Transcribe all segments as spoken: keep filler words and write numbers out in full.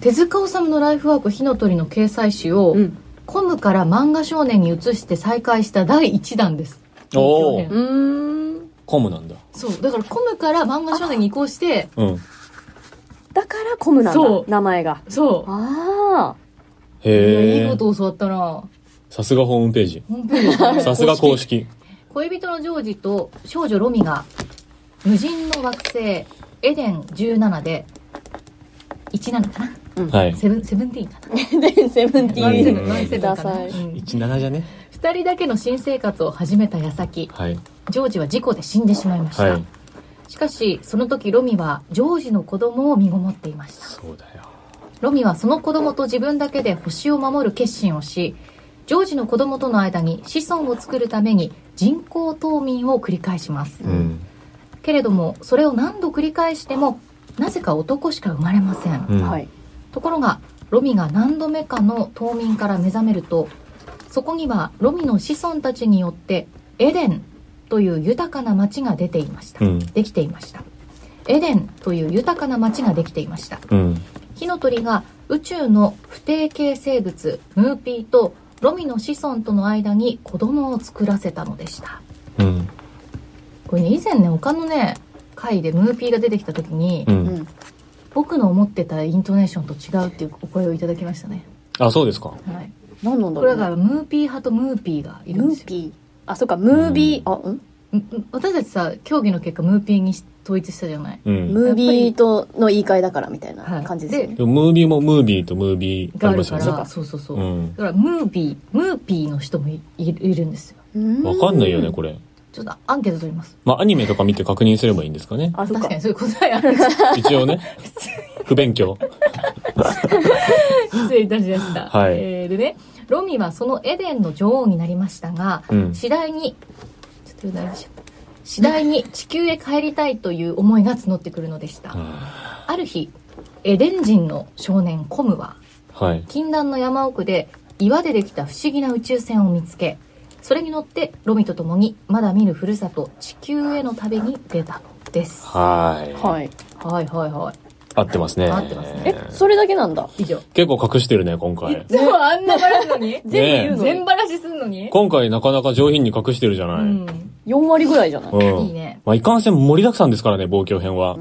手塚治虫のライフワーク火の鳥の掲載誌を、うん、コムから漫画少年に移して再開しただいいちだんです。 おー、うーん、コムなんだ。 そうだからコムから漫画少年に移行して、うん、 だからコムなんだ、名前が。 そう、 ああ、 へえ、いいこと教わったな。 さすがホームページ。 ホームページさすが公式。 恋人のジョージと少女ロミが無人の惑星エデンじゅうななでじゅうななかな、うん、はい、セブン、セブンティーンかな。 エデンセブンティーン。 ワンセブンかな。 じゅうななじゃね。 二人だけの新生活を始めた矢先、はい、ジョージは事故で死んでしまいました。はい、しかしその時ロミはジョージの子供を身ごもっていました。 そうだよ。 ロミはその子供と自分だけで星を守る決心をし、ジョージの子供との間に子孫を作るために人工冬眠を繰り返します、うん、けれどもそれを何度繰り返してもなぜか男しか生まれません、うん、はい、ところがロミが何度目かの冬眠から目覚めると、そこにはロミの子孫たちによってエデンという豊かな町が出ていました、うん、できていました。エデンという豊かな町ができていました、うん、火の鳥が宇宙の不定形生物ムーピーとロミの子孫との間に子供を作らせたのでした、うん、これね、以前ね他のね回でムーピーが出てきた時に、うん、僕の思ってたイントネーションと違うっていうお声をいただきましたね。 あ、そうですか。はい、 何なんだろう、ね、 これだからムーピー派とムーピーがいるんですよ。 ムーピー、あ、そうか、ムービー、うん、 あ、ん、私たちさ協議の結果ムーピーに統一したじゃない、 うん、ムービーとの言い換えだからみたいな感じですよね、はい、 でムービーもムービーとムービーがあるから、そうそうそう、うん、だからムービームーピーの人も い, いるんですよ。 わかんないよねこれ。 ちょっとアンケート取ります。 まあアニメとか見て確認すればいいんですかね。 あ、確かにそういう答えある一応ね不勉強失礼いたしました、はい、えー、でね、ロミはそのエデンの女王になりましたが、うん、次第にちょっと大丈夫次第に地球へ帰りたいという思いが募ってくるのでした。ある日エデン人の少年コムは、はい、禁断の山奥で岩でできた不思議な宇宙船を見つけ、それに乗ってロミと共にまだ見ぬふるさと地球への旅に出たのです。 はい、 はい、はいはいはい、 合ってますね。 合ってますね。 え、それだけなんだ。 以上。 結構隠してるね今回。 いつもあんなバラすのに全部言うのに、 ね、 全バラしすんのに今回なかなか上品に隠してるじゃない、うん、 よんわりぐらいじゃない、 うん、 いいね。 まあいかんせん盛りだくさんですからね望郷編は、うん、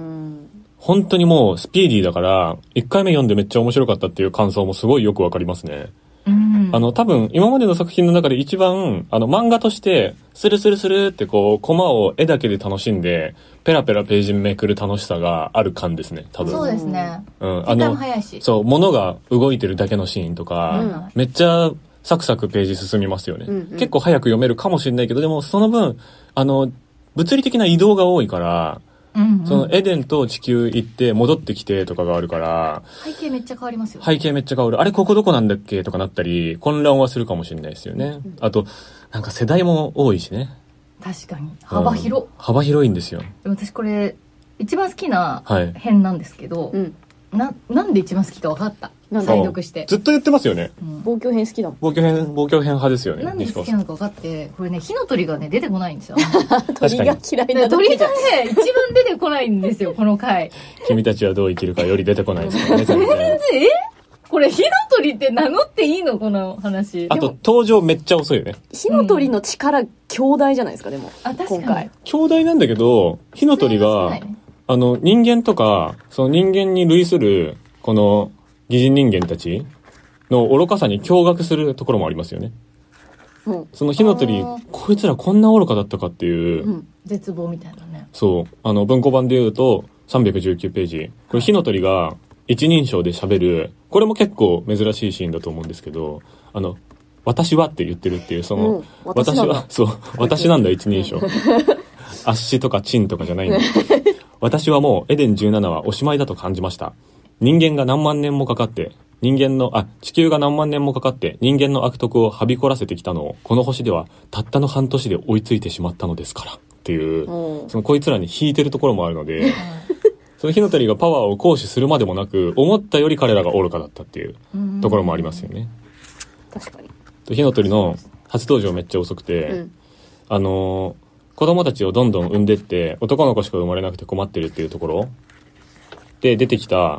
本当にもうスピーディーだからいっかいめ読んでめっちゃ面白かったっていう感想もすごいよくわかりますね。うん、あの多分今までの作品の中で一番あの漫画としてスルスルスルってこうコマを絵だけで楽しんでペラペラページめくる楽しさがある感ですね多分。 そうですね、 うん、あの早いし、 そう物が動いてるだけのシーンとか、うん、めっちゃサクサクページ進みますよね、うんうん、結構早く読めるかもしれないけどでもその分あの物理的な移動が多いからうんうん、そのエデンと地球行って戻ってきてとかがあるから背景めっちゃ変わりますよね。 背景めっちゃ変わる。あれここどこなんだっけとかなったり混乱はするかもしれないですよね、うん、あとなんか世代も多いしね。 確かに幅広、うん、 幅広いんですよ。 私これ一番好きな編なんですけど、はい、うん、な, なんで一番好きか分かった。再読してずっと言ってますよね、 うん、望郷編好きだもん。 望郷編望郷編派ですよね。 なんで好きなのか分かって、これね火の鳥がね出てこないんですよ鳥が嫌いなだけじゃん。 鳥がね一番出てこないんですよこの回。 君たちはどう生きるかより出てこないですよね全然。えこれ火の鳥って名乗っていいのこの話。 あと登場めっちゃ遅いよね。 火の鳥の力強大じゃないですか。でもあ確かに今回強大なんだけど火の鳥が、ね、あの人間とかその人間に類するこの擬人人間たちの愚かさに驚愕するところもありますよね、うん、その火の鳥こいつらこんな愚かだったかっていう、うん、 絶望みたいなね。 そうあの文庫版で言うとさんびゃくじゅうきゅうページ、これ火の鳥が一人称で喋る、これも結構珍しいシーンだと思うんですけど、あの私はって言ってるっていうその、うん、私, 私はそう私なんだ一人称あっしとかチンとかじゃないんだ私はもうエデンじゅうななはおしまいだと感じました。人間が何万年もかかって人間のあ地球が何万年もかかって人間の悪徳をはびこらせてきたのをこの星ではたったの半年で追いついてしまったのですからっていう、そのこいつらに引いてるところもあるのでその火の鳥がパワーを行使するまでもなく思ったより彼らが愚かだったっていうところもありますよね。 確かに火の鳥の初登場めっちゃ遅くて、うん、あの子供たちをどんどん産んでって男の子しか生まれなくて困ってるっていうところで出てきた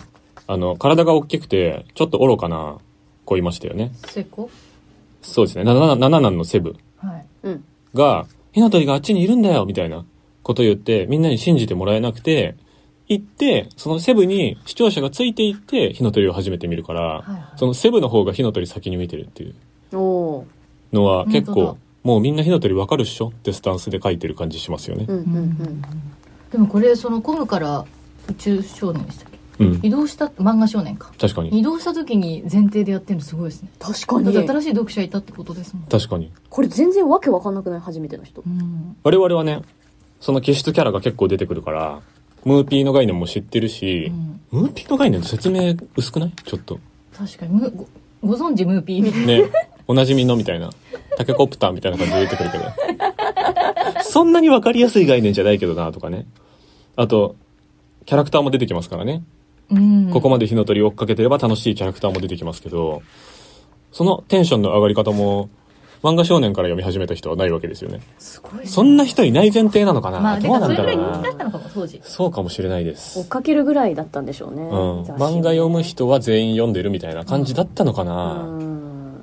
あの体が大きくてちょっと愚かな子いましたよね。 セコ？ そうですね。七男のセブが、はい、火の鳥があっちにいるんだよみたいなことを言ってみんなに信じてもらえなくて、行ってそのセブに視聴者がついていって火の鳥を初めて見るから、はいはい、そのセブの方が火の鳥先に見てるっていうのは結構もうみんな火の鳥分かるっしょってスタンスで書いてる感じしますよね。 うんうんうん、でもこれそのコムから宇宙少年でしたっけ、うん、移動した漫画少年か、 確かに移動した時に前提でやってるのすごいですね。 確かにだって新しい読者いたってことですもん。 確かにこれ全然わけわかんなくない？初めての人、 うん、 我々はねその気質キャラが結構出てくるからムーピーの概念も知ってるし、うん、ムーピーの概念の説明薄くない？ちょっと確かにむ ご, ご存知ムーピーみたいなね、おなじみのみたいなタケコプターみたいな感じで出てくるけどそんなに分かりやすい概念じゃないけどなとかね。あとキャラクターも出てきますからね、うん、ここまで火の鳥を追っかけてれば楽しいキャラクターも出てきますけど、そのテンションの上がり方も漫画少年から読み始めた人はないわけですよね。 すごいね。 そんな人いない前提なのかな、 まあ、 どうなんだろうな。 それぐらい人気だったのかも当時。 そうかもしれないです。 追っかけるぐらいだったんでしょうね、うん、 漫画読む人は全員読んでるみたいな感じだったのかな、 うんうん、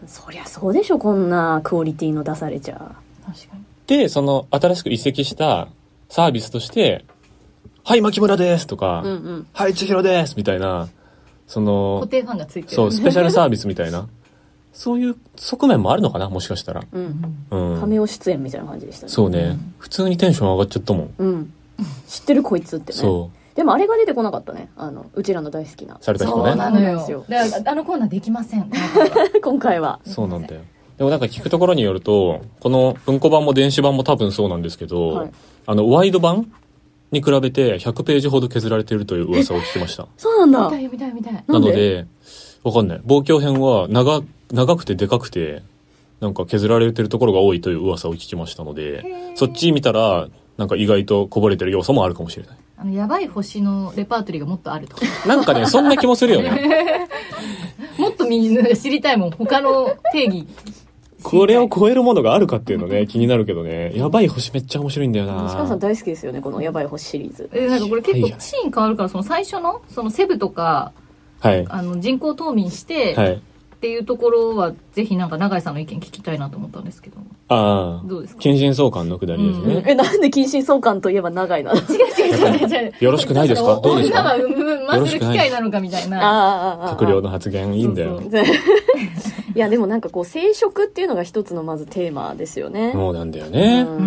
そりゃそうでしょ、こんなクオリティの出されちゃ。 確かに。 でその新しく移籍したサービスとしてはい牧村ですとか、うんうん、はい千尋ですみたいな、その固定ファンがついてる、 そうスペシャルサービスみたいなそういう側面もあるのかな、もしかしたら、 うんうん、カメオ出演みたいな感じでしたね。 そうね、うん、普通にテンション上がっちゃったもん、 うん、知ってるこいつってね。そうでもあれが出てこなかったね、あのうちらの大好きなされた人ね。 そうなのよ。だからあのコーナーできません今回は。 そうなんだよ。でもなんか聞くところによるとこの文庫版も電子版も多分そうなんですけど、はい、あのワイド版に比べてひゃくページほど削られているという噂を聞きました。 そうなんだ。 見たい見たい見たい。 なのでわかんない、望郷編は 長, 長くてでかくてなんか削られてるところが多いという噂を聞きましたので、そっち見たらなんか意外とこぼれてる要素もあるかもしれない。 あのやばい星のレパートリーがもっとあるとかなんかねそんな気もするよねもっとみんな知りたいもん、他の定義これを超えるものがあるかっていうのね気になるけどね。やばい星めっちゃ面白いんだよな。 西川さん大好きですよねこのやばい星シリーズ。 えなんかこれ結構シーン変わるから、その最初のそのセブとか、はい、あの人工冬眠して、はい、っていうところはぜひなんか永井さんの意見聞きたいなと思ったんですけど。 ああ、 どうですか？ 近親相関のくだりですね、 うん、えなんで近親相関といえば永井なの？違う違う違う違うよろしくないですか？どうですか？ 女は産ませる機会なのかみたいな閣僚の発言いいんだよ。そうそういやでもなんかこう生殖っていうのが一つのまずテーマですよね。 そうなんだよね。 うん、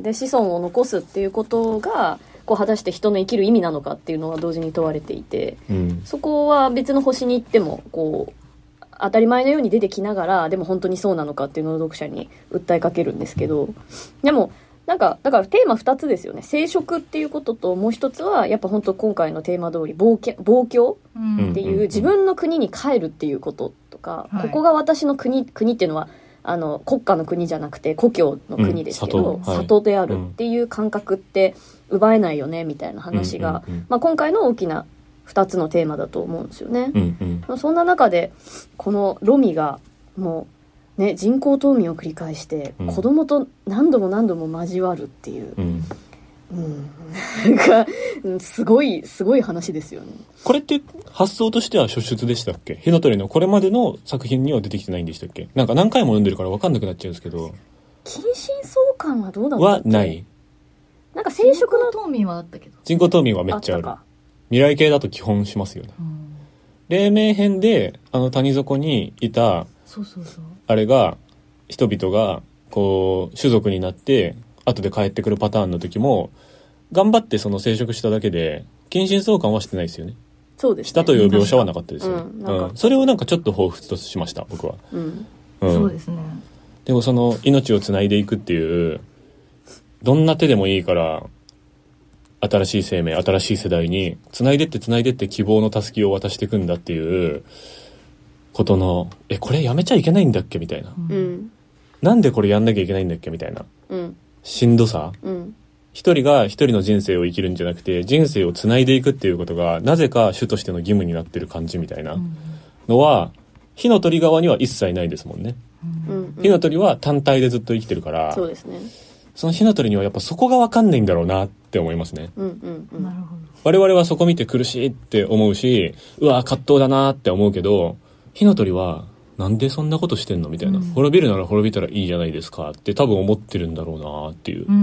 で子孫を残すっていうことがこう果たして人の生きる意味なのかっていうのは同時に問われていて、うん、そこは別の星に行ってもこう当たり前のように出てきながら、でも本当にそうなのかっていうのを読者に訴えかけるんですけど、でもなんかだからテーマふたつですよね。生殖っていうことと、もう一つはやっぱ本当今回のテーマ通り望郷っていう自分の国に帰るっていうこととか、うんうんうん、ここが私の国、国っていうのはあの国家の国じゃなくて故郷の国ですけど、うん、里, はい、里であるっていう感覚って奪えないよねみたいな話が、うんうんうん、まあ、今回の大きなふたつのテーマだと思うんですよね、うんうん、そんな中でこのロミがもうね、人工冬眠を繰り返して子供と何度も何度も交わるっていう、うんうん、なんかすごいすごい話ですよね。 これって発想としては初出でしたっけ？火の鳥のこれまでの作品には出てきてないんでしたっけ？なんか何回も読んでるから分かんなくなっちゃうんですけど、 近親相関はどうだったっけ？ はない。 なんか生殖の人工冬眠はあったけど、 人工冬眠はめっちゃある。あ未来系だと基本しますよね、うん、黎明編であの谷底にいたそうそうそうあれが人々がこう種族になって後で帰ってくるパターンの時も頑張ってその生殖しただけで近親相関はしてないですよね。 そうですね、 したという描写はなかったですよ、うんうん、それをなんかちょっと彷彿としました僕は、 うんうん、そうですね。 でもその命をつないでいくっていうどんな手でもいいから新しい生命新しい世代につないでってつないでって希望のたすきを渡していくんだっていうことの、えこれやめちゃいけないんだっけみたいな、うん、なんでこれやんなきゃいけないんだっけみたいな、うん、しんどさ、うん、一人が一人の人生を生きるんじゃなくて人生をつないでいくっていうことがなぜか主としての義務になってる感じみたいなのは、うん、火の鳥側には一切ないですもんね、うん、火の鳥は単体でずっと生きてるから、 そうですね、 その火の鳥にはやっぱそこが分かんないんだろうなっって思いますね。 うんうんうん、 なるほど。 我々はそこ見て苦しいって思うし、うわ葛藤だなって思うけど、火の鳥はなんでそんなことしてんのみたいな、うん、滅びるなら滅びたらいいじゃないですかって多分思ってるんだろうなっていう、うん、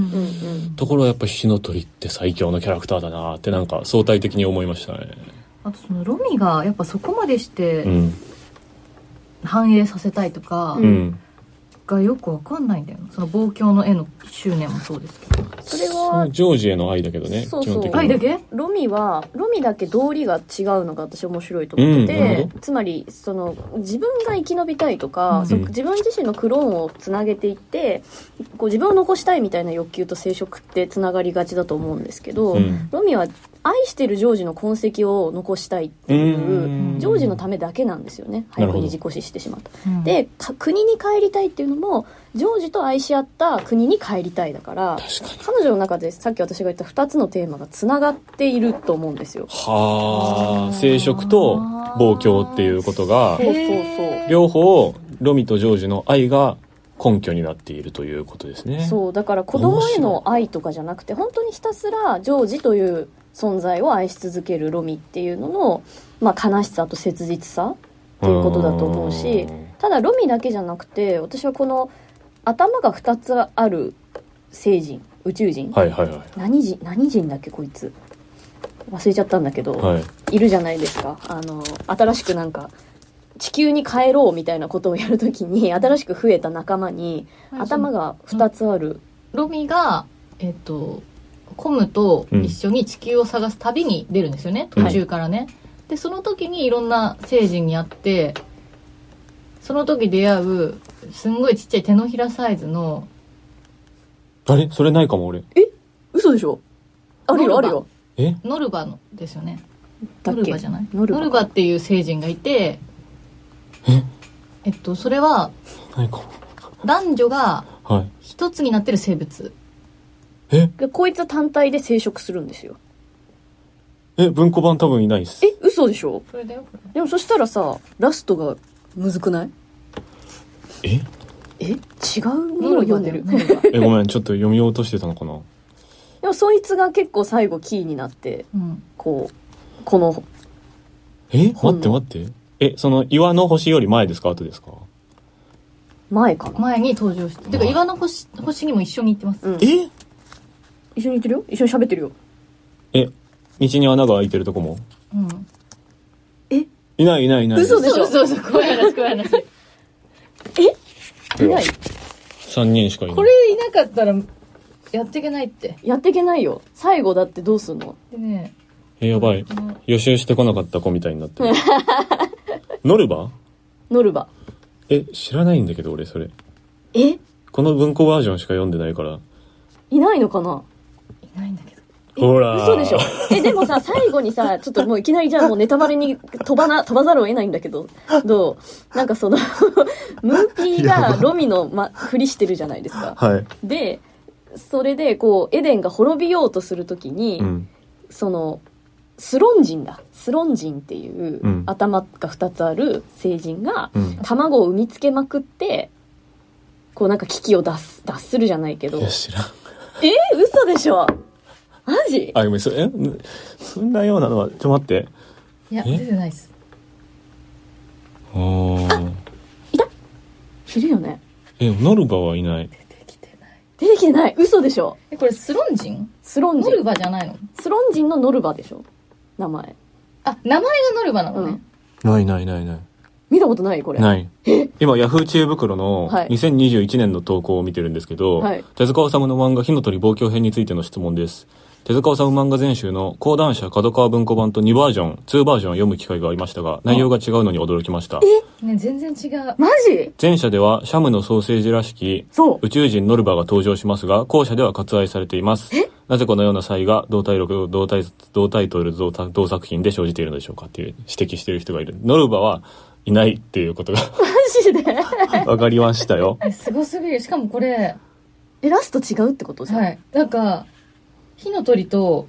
ところはやっぱ火の鳥って最強のキャラクターだなってなんか相対的に思いましたね。 あとそのロミがやっぱそこまでして反映させたいとか、うん、がよくわかんないんだよ。その望郷の絵の執念もそうですけど、 それはジョージへの愛だけどね。 そうそう、 基本的に愛だけ。 ロミはロミだけ道理が違うのが私面白いと思ってて、うん、つまりその自分が生き延びたいとか、うん、そ自分自身のクローンをつなげていってこう自分を残したいみたいな欲求と生殖ってつながりがちだと思うんですけど、うん、ロミは愛してるジョージの痕跡を残したいっていうジョージのためだけなんですよね。早くに自己死してしまった、うん、で国に帰りたいっていうのもジョージと愛し合った国に帰りたいだから、彼女の中でさっき私が言ったふたつのテーマがつながっていると思うんですよ。 はあ、生殖と望郷っていうことがそうそうそう両方ロミとジョージの愛が根拠になっているということですね。 そうだから子供への愛とかじゃなくて本当にひたすらジョージという存在を愛し続けるロミっていうのの、まあ、悲しさと切実さっていうことだと思うし、ただロミだけじゃなくて私はこの頭がふたつある星人宇宙人、 はいはいはい、 何人何人だっけこいつ忘れちゃったんだけど、はい、いるじゃないですか。あの新しくなんか地球に帰ろうみたいなことをやるときに新しく増えた仲間に頭がふたつあるロミがえっとコムと一緒に地球を探す旅に出るんですよね、うん、途中からね、はい、でその時にいろんな星人に会ってその時出会うすんごいちっちゃい手のひらサイズのあれそれないかも俺。 え嘘でしょ。あるよあるよ。 えノルバのですよね。 ノルバじゃないノルバノルバっていう星人がいてええっとそれはないかも。 男女がはい一つになってる生物、 えでこいつ単体で生殖するんですよ。 え文庫版多分いないっす。 え嘘でしょ。 それだよ。 でもそしたらさラストがむずくない？ ええ違うものを読んでるえごめんちょっと読み落としてたのかな。 でもそいつが結構最後キーになって、うん、こうこのえ待って待ってえその岩の星より前ですか後ですか？ 前かな。 前に登場しててか岩の 星, 星にも一緒に行ってます、 うん、 え一緒に行ってるよ。一緒に喋ってるよ。 え道に穴が開いてるとこも、 うん、 えいないいないいない。 嘘でしょ。 そうそうそう怖い話怖い話えいない。 さんにんしかいない。 これいなかったらやっていけないって。 やっていけないよ。最後だってどうすんの。 でねえやばい、うん、予習してこなかった子みたいになってるノルバノルバえ知らないんだけど俺それ。 えこの文庫バージョンしか読んでないから。 いないのかな。 いないんだけど。 ほら嘘でしょ。えでもさ最後にさちょっともういきなりじゃあもうネタバレに飛ばな飛ばざるを得ないんだけどどうなんかそのムーピーがロミの、ま、ふりしてるじゃないですか。 はい。 でそれでこうエデンが滅びようとするときに、うん、そのスロン人だスロン人っていう、うん、頭がふたつある星人が、うん、卵を産みつけまくってこうなんか危機を脱す脱するじゃないけど。 いや知らん。 え嘘でしょ。マジ？ あごめんそえそんなようなのはちょっと待って。 いや出てないっす。 ああいたいるよね。 えノルバはいない。 出てきてない出てきてない嘘でしょ。 えこれスロン人スロン人ノルバじゃないの。 スロン人のノルバでしょ名前。 あ名前がノルバなのね、 うん、 ないないないない。 見たことないこれ。 ない。今ヤフー知恵袋のにせんにじゅういちねんの投稿を見てるんですけど、 はい、 手塚治虫の漫画火の鳥望郷編についての質問です。手塚治虫漫画全集の講談社角川文庫版とにバージョンにバージョンを読む機会がありましたが内容が違うのに驚きました。 え、 ね、全然違う。 マジ？ 前者ではシャムのソーセージらしき宇宙人ノルバが登場しますが後者では割愛されています。なぜこのような差異が同タイトル同タイ同タイトル 同, 同作品で生じているのでしょうかっていう指摘している人がいる。ノルバはいないっていうことがマジでわかりましたよ。 すごすぎる。しかもこれえラスト違うってことじゃん。 はい。なんか火の鳥と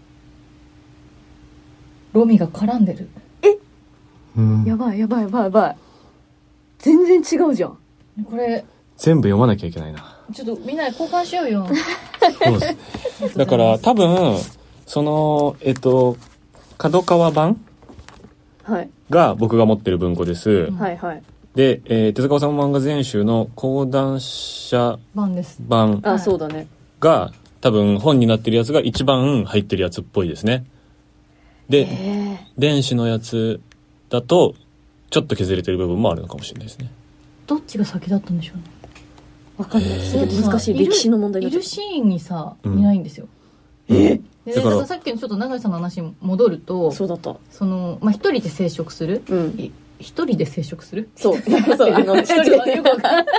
ロミが絡んでる。 え、 うん、 やばいやばいやばいやばい。全然違うじゃん。 これ全部読まなきゃいけないな。 ちょっとみんなで交換しようよそうですだから多分そのえっと角川版が僕が持ってる文庫です、 はいはい、 で、えー、手塚治虫漫画全集の講談社版です版あそうだねが多分本になってるやつが一番入ってるやつっぽいですね。で電子のやつだとちょっと削れてる部分もあるのかもしれないですね。 どっちが先だったんでしょうね。 わかんない。すごい難しい歴史の問題いるシーンにさ、いないんですよ。 うん、えでだからさっきのちょっと永井さんの話に戻ると、 そうだった。 そのまあ一人で生殖する、うん、一人で生殖する、 そうそうあの一人でよくわかんない。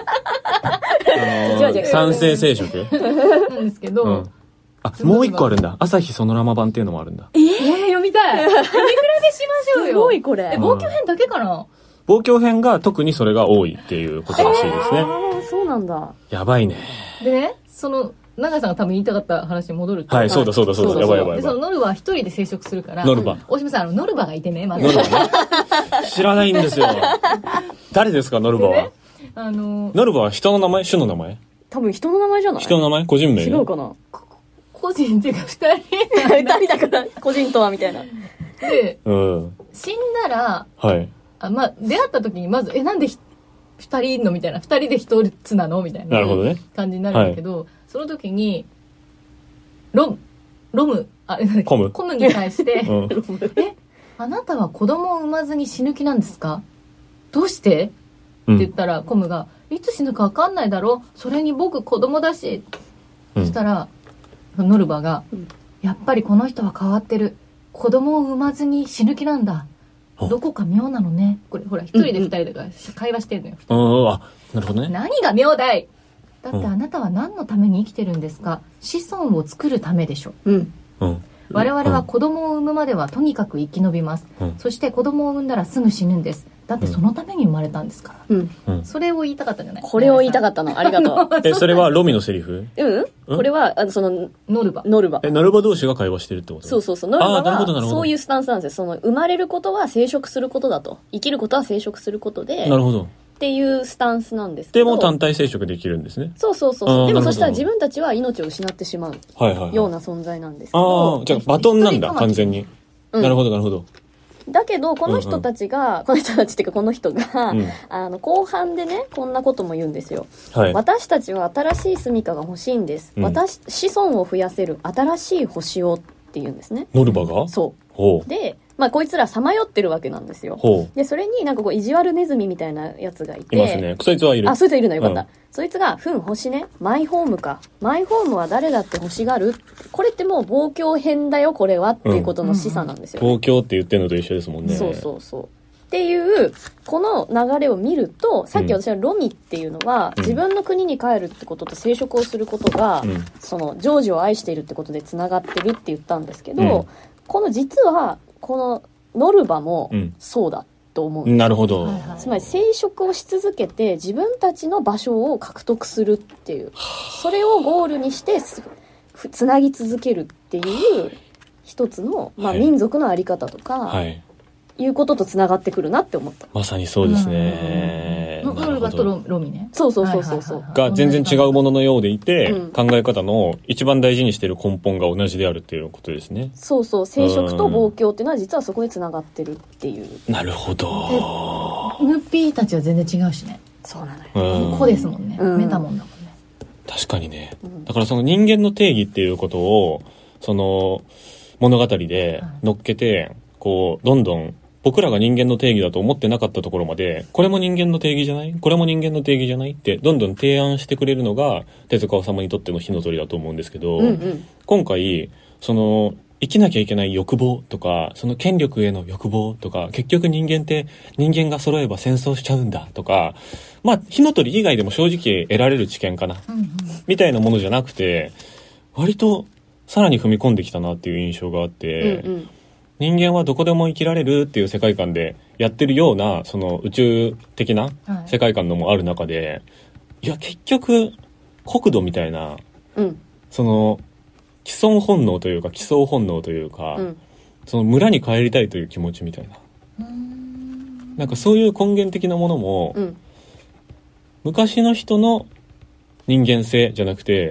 賛成生殖なんですけど。うんあ、もう一個あるんだ。朝日ソノラマ版っていうのもあるんだ。 えー、読みたい。読み比べしましょうよ。 すごいこれ。 え、望郷編だけかな？ 望郷編が特にそれが多いっていうことらしいですね。 ああ、そうなんだ。 やばいね。 でね、その、永井さんが多分言いたかった話に戻ると。 はい、そうだそうだそうだ。やばいやばいやばい。 で、そのノルバは一人で生殖するから。 ノルバ。 大島さん、あの、ノルバがいてね、まず。 ノルバね。知らないんですよ。誰ですか、ノルバは。 あの、 ノルバは人の名前？種の名前？ 多分人の名前じゃない？ 人の名前？個人名？ 違うかな？ 個人っていうか二人二人だから個人とはみたいなで、 うん、 死んだら、 はい、 あまあ出会った時にまずえなんで二人のみたいな二人で一つなのみたいな感じになるんだけど、ねはい、その時にロロムあコムコムに対して、うん、えあなたは子供を産まずに死ぬ気なんですか？どうして？って言ったら、うん、コムがいつ死ぬか分かんないだろ、それに僕子供だし、うん、そしたらノルバが、うん、やっぱりこの人は変わってる、子供を産まずに死ぬ気なんだ、どこか妙なのね。これほら一人で二人だから会話してるのよ、 うんうん、あなるほどね。 何が妙だい、だってあなたは何のために生きてるんですか？子孫を作るためでしょ、うんうん、我々は子供を産むまではとにかく生き延びます、うん、そして子供を産んだらすぐ死ぬんです。だってそのために生まれたんですから、うんうん、それを言いたかったんじゃない？ これを言いたかったの。ありがとう。 えそれはロミのセリフ？ うん、うん、これはあのそのノルバノルバえノルバ同士が会話してるってこと？ そうそうそう、ノルバはそういうスタンスなんですよ。その生まれることは生殖することだと、生きることは生殖することで、 なるほどっていうスタンスなんですけど、 でも単体生殖できるんですね。 そうそうそう。でもそしたら自分たちは命を失ってしまうような存在なんですけど、はいはいはい、 ああじゃあバトンなんだ完全に、うん、なるほどなるほど。 だけどこの人たちが、うんうん、この人たちっていうかこの人が、うん、あの後半でねこんなことも言うんですよ、はい、私たちは新しい住処が欲しいんです、うん、私子孫を増やせる新しい星をって言うんですね。 ノルバが？ そうで、まあ、こいつらさまよってるわけなんですよ。でそれになんかこう意地悪ネズミみたいなやつがいていますね。そいつはいる。 あそいつはいるのよかった、うん、そいつが「ふん星ね、マイホームか、マイホームは誰だって欲しがる、これってもう望郷編だよこれは」っていうことの示唆なんですよ、ね、 望郷って言ってるのと一緒ですもんね。 そうそうそうっていうこの流れを見ると、さっき私はロミっていうのは、うん、自分の国に帰るってことと生殖をすることが、うん、そのジョージを愛しているってことでつながってるって言ったんですけど、うん、この実はこのノルバもそうだと思うんです、 うん、なるほど。 つまり生殖をし続けて自分たちの場所を獲得するっていう、それをゴールにしてつなぎ続けるっていう一つの、まあ、民族の在り方とか、はいはいいうこととつながってくるなって思った。 まさにそうですね。 ノルバとロミね。 そうそうそうそうそう。 が全然違うもののようでいて、うん、考え方の一番大事にしている根本が同じであるっていうことですね。 そうそう、生殖と望郷っていうのは実はそこでつながってるっていう。 なるほど。 ムッピーたちは全然違うしね。 そうなのよ。子ですもんね。メタモンだもんね。 確かにね。だからその人間の定義っていうことをその物語で乗っけて、こうどんどん僕らが人間の定義だと思ってなかったところまで、これも人間の定義じゃない？これも人間の定義じゃない？ってどんどん提案してくれるのが手塚治虫にとっての火の鳥だと思うんですけど、うんうん、今回その生きなきゃいけない欲望とか、その権力への欲望とか、結局人間って人間が揃えば戦争しちゃうんだとか、まあ火の鳥以外でも正直得られる知見かな、うんうん、みたいなものじゃなくて、割とさらに踏み込んできたなっていう印象があって、うんうん、人間はどこでも生きられるっていう世界観でやってるようなその宇宙的な世界観のもある中で、はい、いや結局国土みたいな、うん、その既存本能というか基礎本能というか、うん、その村に帰りたいという気持ちみたいな、うーんなんかそういう根源的なものも、うん、昔の人の人間性じゃなくて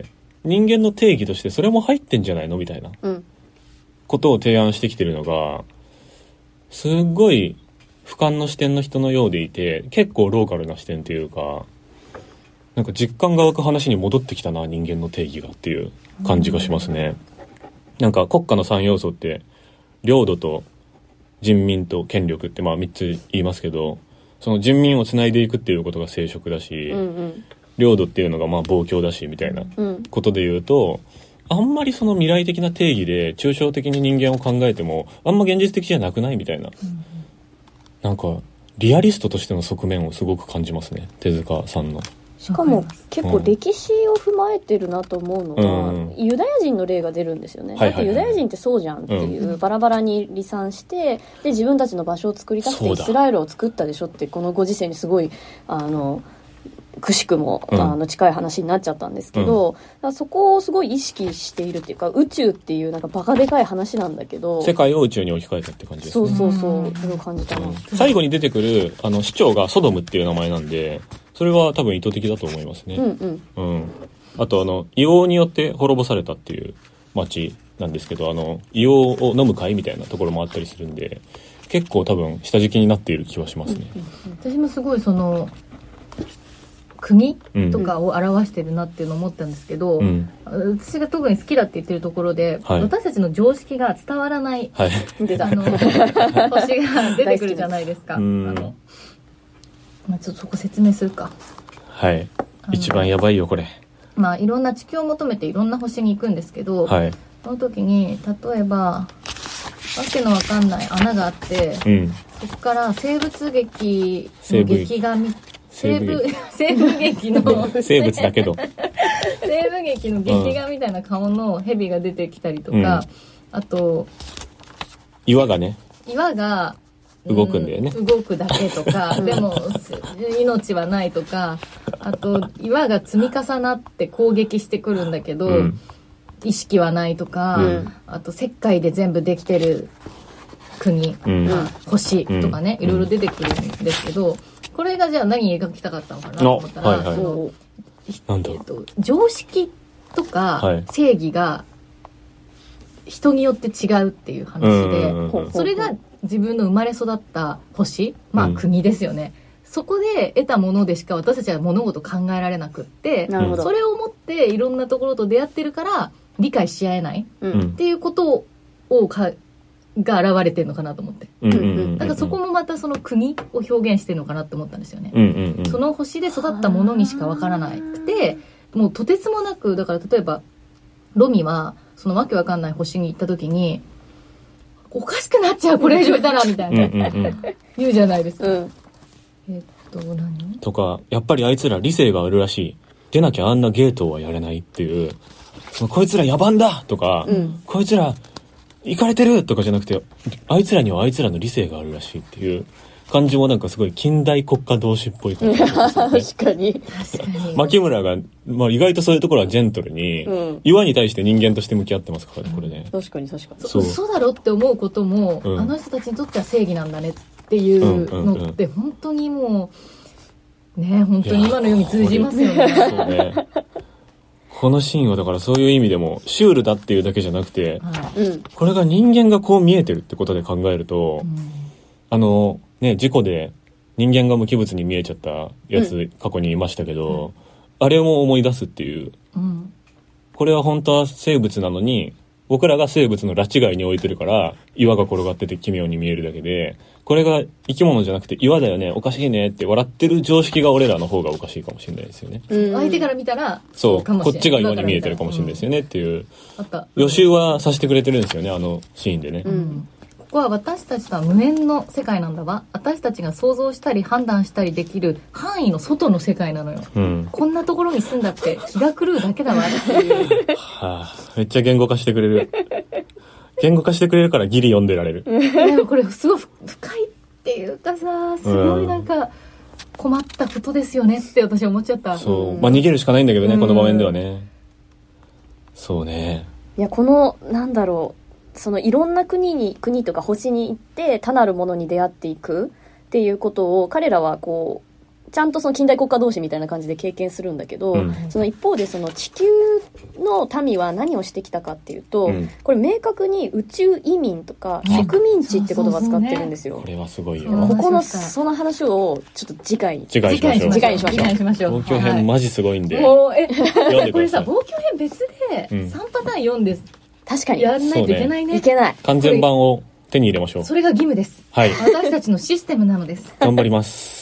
人間の定義としてそれも入ってんじゃないのみたいなことを提案してきてるのがすっごい俯瞰の視点の人のようでいて、結構ローカルな視点というか、なんか実感が湧く話に戻ってきたな、人間の定義がっていう感じがしますね。なんか国家のさん要素って領土と人民と権力ってまあみっつ言いますけど、その人民をつないでいくっていうことが生殖だし、うんうん、領土っていうのがまあ望郷だしみたいなことで言うと、うん、あんまりその未来的な定義で抽象的に人間を考えてもあんま現実的じゃなくないみたいな、うん、なんかリアリストとしての側面をすごく感じますね、手塚さんの。 しかも結構歴史を踏まえてるなと思うのが、うん、ユダヤ人の例が出るんですよね、はいはいはい、だってユダヤ人ってそうじゃんっていう、うん、バラバラに離散してで自分たちの場所を作りたくてイスラエルを作ったでしょって、このご時世にすごいあのくしくも、うん、あの近い話になっちゃったんですけど、うん、だからそこをすごい意識しているっていうか、宇宙っていうなんかバカでかい話なんだけど世界を宇宙に置き換えたって感じですね。 そうそうそう、それを感じたな、うん、 最後に出てくるあの市長がソドムっていう名前なんで、それは多分意図的だと思いますね。うんうん。うん。あとあの硫黄によって滅ぼされたっていう町なんですけど、あの硫黄を飲む会みたいなところもあったりするんで、結構多分下敷きになっている気はしますね。うんうん、私もすごいその国とかを表してるなっていうのを思ったんですけど、うん、私が特に好きだって言ってるところで、はい、私たちの常識が伝わらない、はい、あの星が出てくるじゃないですか。あのまあ、ちょっとそこ説明するか。 はい。一番やばいよこれ。 まあいろんな地球を求めていろんな星に行くんですけど、はい、その時に例えばわけのわかんない穴があって、うん、そこから生物劇の劇が見生物生物劇の生物だけど生物劇の劇画みたいな顔の蛇が出てきたりとか、うん、あと岩がね岩が動くんだよね、 うん、動くだけとかでも命はないとか、あと岩が積み重なって攻撃してくるんだけど、うん、意識はないとか、うん、あと石灰で全部できてる国、うん、星とかね、うん、いろいろ出てくるんですけど、これがじゃあ何描きたかったのかなと思ったら、はいはい、そうなんだろう、えっと、常識とか正義が人によって違うっていう話で、はい、それが自分の生まれ育った星、まあ国ですよね、うん、そこで得たものでしか私たちは物事考えられなくって、なるほど、それをもっていろんなところと出会ってるから理解し合えない、うん、っていうことをかが現れてるのかなと思って、うんうんうんうん、だからそこもまたその国を表現してるのかなと思ったんですよね、うんうんうん、その星で育ったものにしかわからなくて、もうとてつもなく、だから例えばロミはそのわけわかんない星に行った時におかしくなっちゃうこれ以上いたらみたいなうんうん、うん、言うじゃないですか、うん、えっと何とか、やっぱりあいつら理性があるらしい、出なきゃあんなゲートはやれないっていう、そのこいつら野蛮だとか、うん、こいつらイカれてるとかじゃなくて、あいつらにはあいつらの理性があるらしいっていう感じもなんかすごい近代国家同士っぽい感じですよね。 確かに確かに牧村が、まあ、意外とそういうところはジェントルに、うん、岩に対して人間として向き合ってますからね、これね、 うん、確かに確かにそう嘘だろって思うことも、うん、あの人たちにとっては正義なんだねっていうのって本当にもうね、本当に今のように通じますよね。そうね、 このシーンはだからそういう意味でもシュールだっていうだけじゃなくて、はい、これが人間がこう見えてるってことで考えると、うん、あのね、事故で人間が無機物に見えちゃったやつ、うん、過去にいましたけど、うん、あれも思い出すっていう、うん、これは本当は生物なのに僕らが生物の拉致外に置いてるから岩が転がってて奇妙に見えるだけで、これが生き物じゃなくて岩だよね、おかしいねって笑ってる常識が俺らの方がおかしいかもしれないですよね。 相手から見たらそうこっちが岩に見えてるかもしれないですよねっていう、うん、予習はさせてくれてるんですよね、あのシーンでね、うん、 ここは私たちとは無縁の世界なんだわ、私たちが想像したり判断したりできる範囲の外の世界なのよ、うん、こんなところに住んだって気が狂うだけだわっていうはあ、めっちゃ言語化してくれる言語化してくれるからギリ読んでられる。 でもこれすごい深いっていうかさ、すごいなんか困ったことですよねって私は思っちゃった。 そう、まあ逃げるしかないんだけどね、この場面ではね。そうね。 いや、このなんだろう、そのいろんな国に国とか星に行って他なるものに出会っていくっていうことを彼らはこうちゃんとその近代国家同士みたいな感じで経験するんだけど、うん、その一方でその地球の民は何をしてきたかっていうと、うん、これ明確に宇宙移民とか植民地って言葉使ってるんですよ。 これはすごいよ。 ここのその話をちょっと次回に次回しましょう。 次回にしましょう。次回にしましょう。 望郷編マジすごいんで。 もうえこれさ望郷編別でさんパターン読んで、うん、 確かにやらないといけないね。 いけない。 完全版を手に入れましょう。 それが義務です。 はい。 私たちのシステムなのです。 頑張ります。